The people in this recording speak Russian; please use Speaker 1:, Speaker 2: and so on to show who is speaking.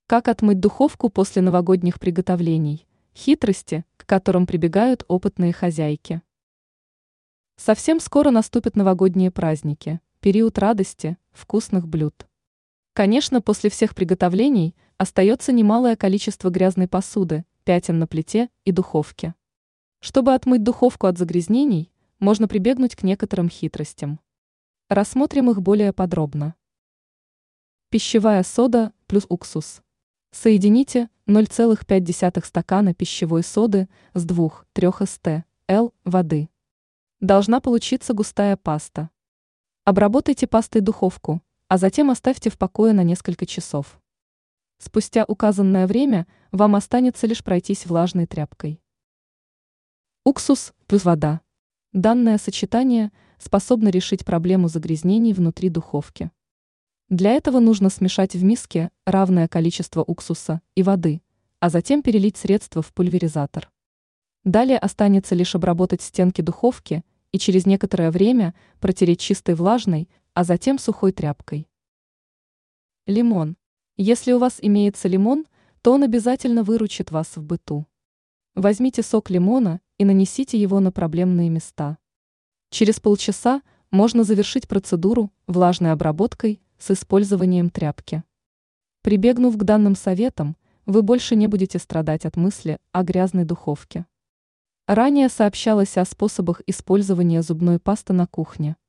Speaker 1: Как отмыть духовку после новогодних приготовлений? Хитрости, к которым прибегают опытные хозяйки. Совсем скоро наступят новогодние праздники, период радости, вкусных блюд. Конечно, после всех приготовлений остается немалое количество грязной посуды, пятен на плите и духовке. Чтобы отмыть духовку от загрязнений, можно прибегнуть к некоторым хитростям. Рассмотрим их более подробно. Пищевая сода плюс уксус. Соедините 0,5 стакана пищевой соды с 2-3 ст.л. воды. Должна получиться густая паста. Обработайте пастой духовку, а затем оставьте в покое на несколько часов. Спустя указанное время вам останется лишь пройтись влажной тряпкой. Уксус плюс вода. Данное сочетание способно решить проблему загрязнений внутри духовки. Для этого нужно смешать в миске равное количество уксуса и воды, а затем перелить средство в пульверизатор. Далее останется лишь обработать стенки духовки и через некоторое время протереть чистой влажной, а затем сухой тряпкой. Лимон. Если у вас имеется лимон, то он обязательно выручит вас в быту. Возьмите сок лимона и нанесите его на проблемные места. Через полчаса можно завершить процедуру влажной обработкой с использованием тряпки. Прибегнув к данным советам, вы больше не будете страдать от мысли о грязной духовке. Ранее сообщалось о способах использования зубной пасты на кухне.